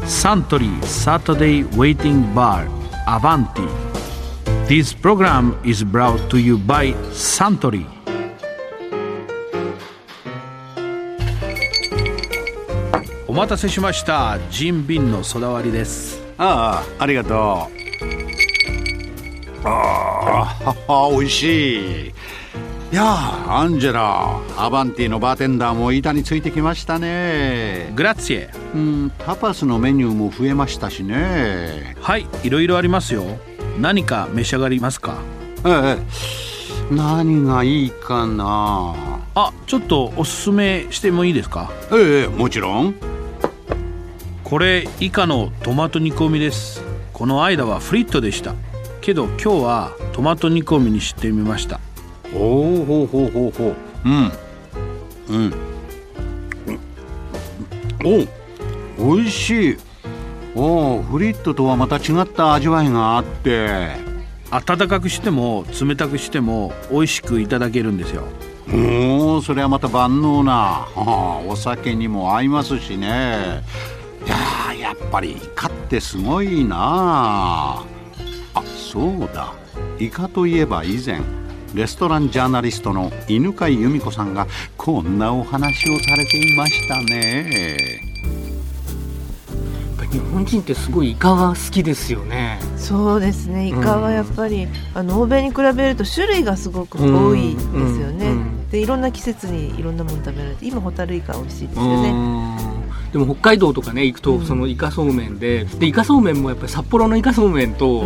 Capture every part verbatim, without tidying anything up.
Suntory Saturday Waiting Bar Avanti. This program is brought to you by Suntory. お待たせしました。ジンビンのソダ割りです。 ああ、ありがとう。ああ、美味しい。いやあ、アンジェラ、アバンティのバーテンダーも板についてきましたね。 グラッツィエ。 うん、タパスのメニューも増えましたしね。 はい、いろいろありますよ。何か召し上がりますか？ ええ、何がいいかな。 あ、ちょっとおすすめしてもいいですか？ ええ、もちろん。 これイカのトマト煮込みです。この間はフリットでしたけど、今日はトマト煮込みにしてみました。 おお、ほうほうほうほう。うんうんお、おいしい。お、フリットとはまた違った味わいがあって、 温かくしても冷たくしても美味しくいただけるんですよ。 おお、それはまた万能な、はあ、お酒にも合いますしね。いやー、やっぱりイカってすごいなあ。そうだ、イカといえば以前レストランジャーナリストの犬飼由美子さんがこんなお話をされていましたね。 日本人ってすごいイカが好きですよね。 そうですね、イカはやっぱり、うん、あの欧米に比べると種類がすごく多いですよね、うんうん、でいろんな季節にいろんなもの食べられて、今ホタルイカ美味しいですよね。 でも北海道とかね行くとそのイカそうめんで、うん、でイカそうめんもやっぱり札幌のイカそうめんと、うん、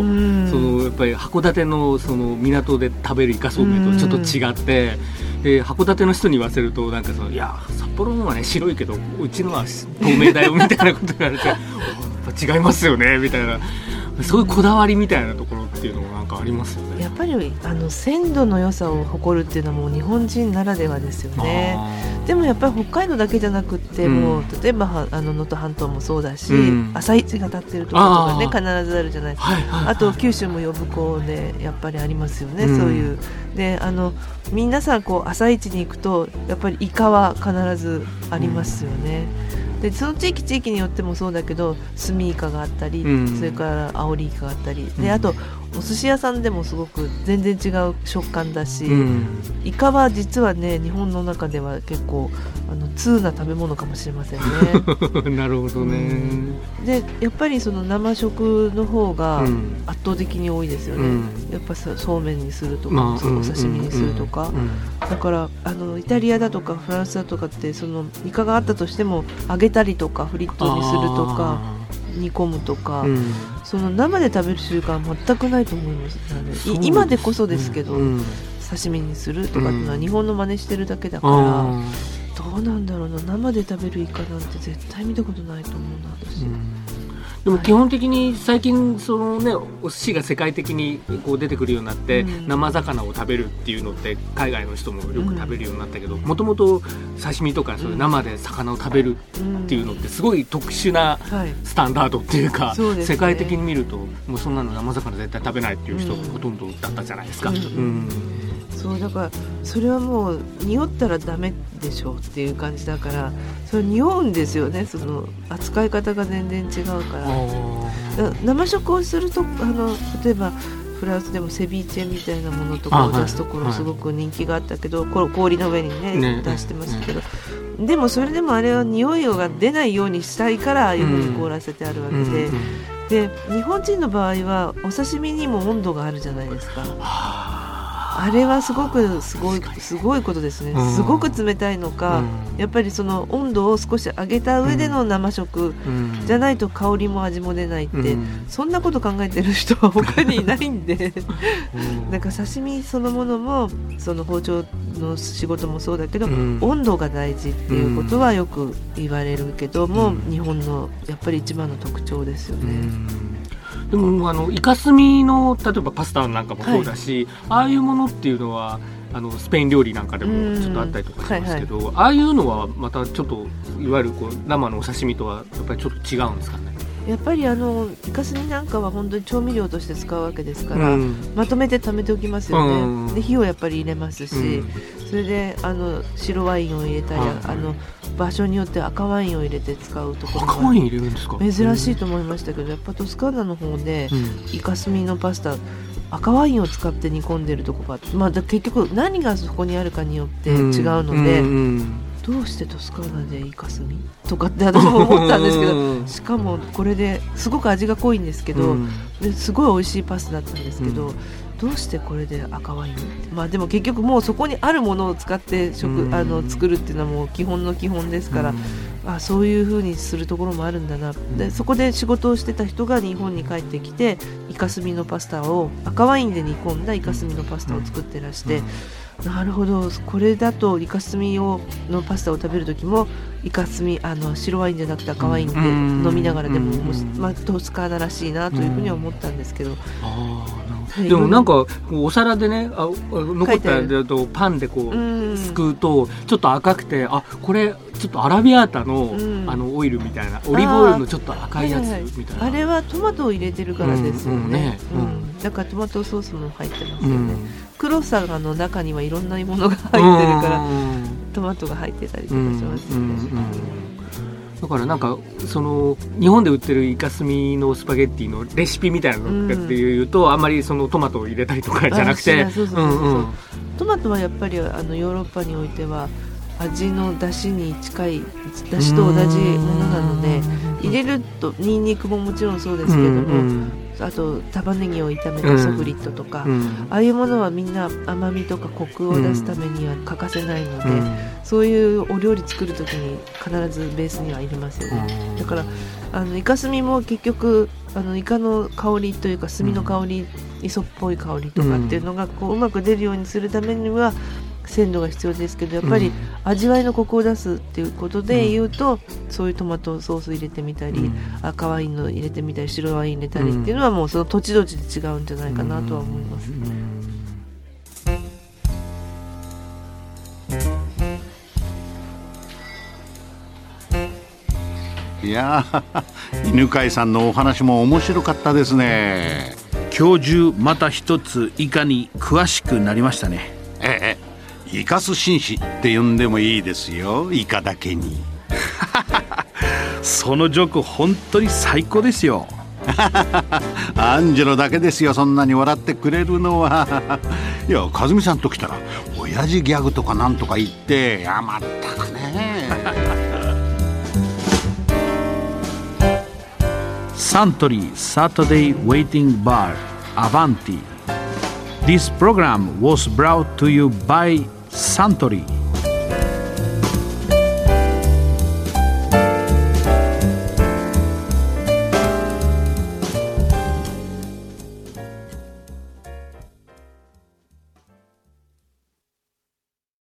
そのやっぱり函館のその港で食べるイカそうめんとちょっと違って、うん、で函館の人に言わせるとなんかそのいや札幌のはね白いけどうちのは透明だよみたいなこと言われてやっぱ違いますよねみたいな、そういうこだわりみたいなところっていうのもなんかありますよね。 やっぱりあの鮮度の良さを誇るっていうのはもう日本人ならではですよね。でもやっぱり北海道だけじゃなくって、うん、もう例えばあの能登半島もそうだし、うん、朝市が立ってるところとかね必ずあるじゃないですか。 あ,、はいはいはい、あと九州も呼子でやっぱりありますよね、うん、そういうであの皆さんこう朝市に行くとやっぱりイカは必ずありますよね、うん、でその地域地域によってもそうだけどスミイカがあったり、うん、それからアオリイカがあったりで、あとお寿司屋さんでもすごく全然違う食感だし、うん、イカは実はね日本の中では結構あの通な食べ物かもしれませんね。 なるほどね、 うん、でやっぱりその生食の方が圧倒的に多いですよね、うん、やっぱそうめんにするとか、まあ、お刺身にするとか、うんうんうん、だからあのイタリアだとかフランスだとかってそのイカがあったとしても揚げたりとかフリットにするとか煮込むとか、うん、その生で食べる習慣は全くないと思います、ね、今でこそですけど、うんうん、刺身にするとかっていうのは日本の真似してるだけだから、うん、どうなんだろうな、生で食べるイカなんて絶対見たことないと思うな私、うん、 でも基本的に最近その、ね、お寿司が世界的にこう出てくるようになって、うん、生魚を食べるっていうのって海外の人もよく食べるようになったけど、もともと刺身とかそういう生で魚を食べるっていうのってすごい特殊なスタンダードっていうか、うんはい、世界的に見るともうそんなの生魚絶対食べないっていう人がほとんどだったじゃないですか、うんうん、 そうだからそれはもう匂ったらダメでしょっていう感じだから、それ匂うんですよね、その扱い方が全然違うから。だ生食をするとあの例えばフランスでもセビーチェみたいなものとかを出すところすごく人気があったけど、はい、氷の上に ね, ね出してましたけど、ね、でもそれでもあれは匂いが出ないようにしたいからああいうふうに凍らせてあるわけで、うんうんうん、で日本人の場合はお刺身にも温度があるじゃないですか。あれはすごくすごい、すごいことですね、うん、すごく冷たいのか、うん、やっぱりその温度を少し上げた上での生食じゃないと香りも味も出ないって、うん、そんなこと考えてる人は他にいないんで、うん、だから刺身そのものもその包丁の仕事もそうだけど、うん、温度が大事っていうことはよく言われるけども、うん、日本のやっぱり一番の特徴ですよね、うんでもあのイカスミの例えばパスタなんかもそうだし、はい、ああいうものっていうのはあのスペイン料理なんかでもちょっとあったりとかしますけど、はいはい、ああいうのはまたちょっといわゆるこう生のお刺身とはやっぱりちょっと違うんですかね。 やっぱりあのイカスミなんかは本当に調味料として使うわけですから、うん、まとめて貯めておきますよね、うん、で火をやっぱり入れますし、うん、そそれであの白ワインを入れたり、はい、あの場所によって赤ワインを入れて使うところが赤ワイン入れるんですか？ 珍しいと思いましたけど、やっぱトスカーナの方で、うん、イカスミのパスタ赤ワインを使って煮込んでるとこがあって、まあ、だ結局何がそこにあるかによって違うので、うんうんうん、どうしてトスカーナでイカスミとかって私も思ったんですけどしかもこれですごく味が濃いんですけど、うん、ですごい美味しいパスタだったんですけど、うんどうしてこれで赤ワインって、まあ、でも結局もうそこにあるものを使って食、うん、あの作るっていうのはもう基本の基本ですから、うん、あそういう風にするところもあるんだな。でそこで仕事をしてた人が日本に帰ってきてイカスミのパスタを赤ワインで煮込んだイカスミのパスタを作ってらして、うん、なるほどこれだとイカスミをのパスタを食べる時もイカスミあの白ワインじゃなくて赤ワインで飲みながらでも、うんまあ、トスカーナらしいなというふうには思ったんですけど、うんあでもなんかお皿でねあ残ったやとパンでこうすくうとちょっと赤くてあこれちょっとアラビアータ の,、うん、あのオイルみたいなオリーブオイルのちょっと赤いやつみたいなあ,、はいはい、あれはトマトを入れてるからですよね、うんうんねうん、だからトマトソースも入ってますよね、うん、黒さがの中にはいろんなものが入ってるから、うん、トマトが入ってたりとかしますよね、うんうんうんだからなんかその日本で売ってるイカスミのスパゲッティのレシピみたいなのっていうと、うん、あんまりそのトマトを入れたりとかじゃなくてトマトはやっぱりあのヨーロッパにおいては味の出汁に近い出汁と同じものなので入れるとニンニクももちろんそうですけれども、うんうんあと玉ねぎを炒めたソフリットとか、うん、ああいうものはみんな甘みとかコクを出すためには欠かせないので、うん、そういうお料理作るときに必ずベースにはいりますよね、うん、だからあのイカスミも結局あのイカの香りというか炭の香り、うん、磯っぽい香りとかっていうのがこううまく出るようにするためには鮮度が必要ですけどやっぱり味わいのコクを出すっていうことで言うと、うん、そういうトマトソース入れてみたり、うん、赤ワインの入れてみたり白ワイン入れたりっていうのはもうその土地土地で違うんじゃないかなとは思います、うんうん、いや犬飼さんのお話も面白かったですね。 今日中また一つイカに詳しくなりましたね。 ええイカス紳士って呼んでもいいですよイカだけにそのジョーク本当に最高ですよアンジェロだけですよそんなに笑ってくれるのはいや和美さんと来たら親父ギャグとかなんとか言っていやまったくねサントリー Saturday Waiting Bar Avanti. This program was brought to you by Suntory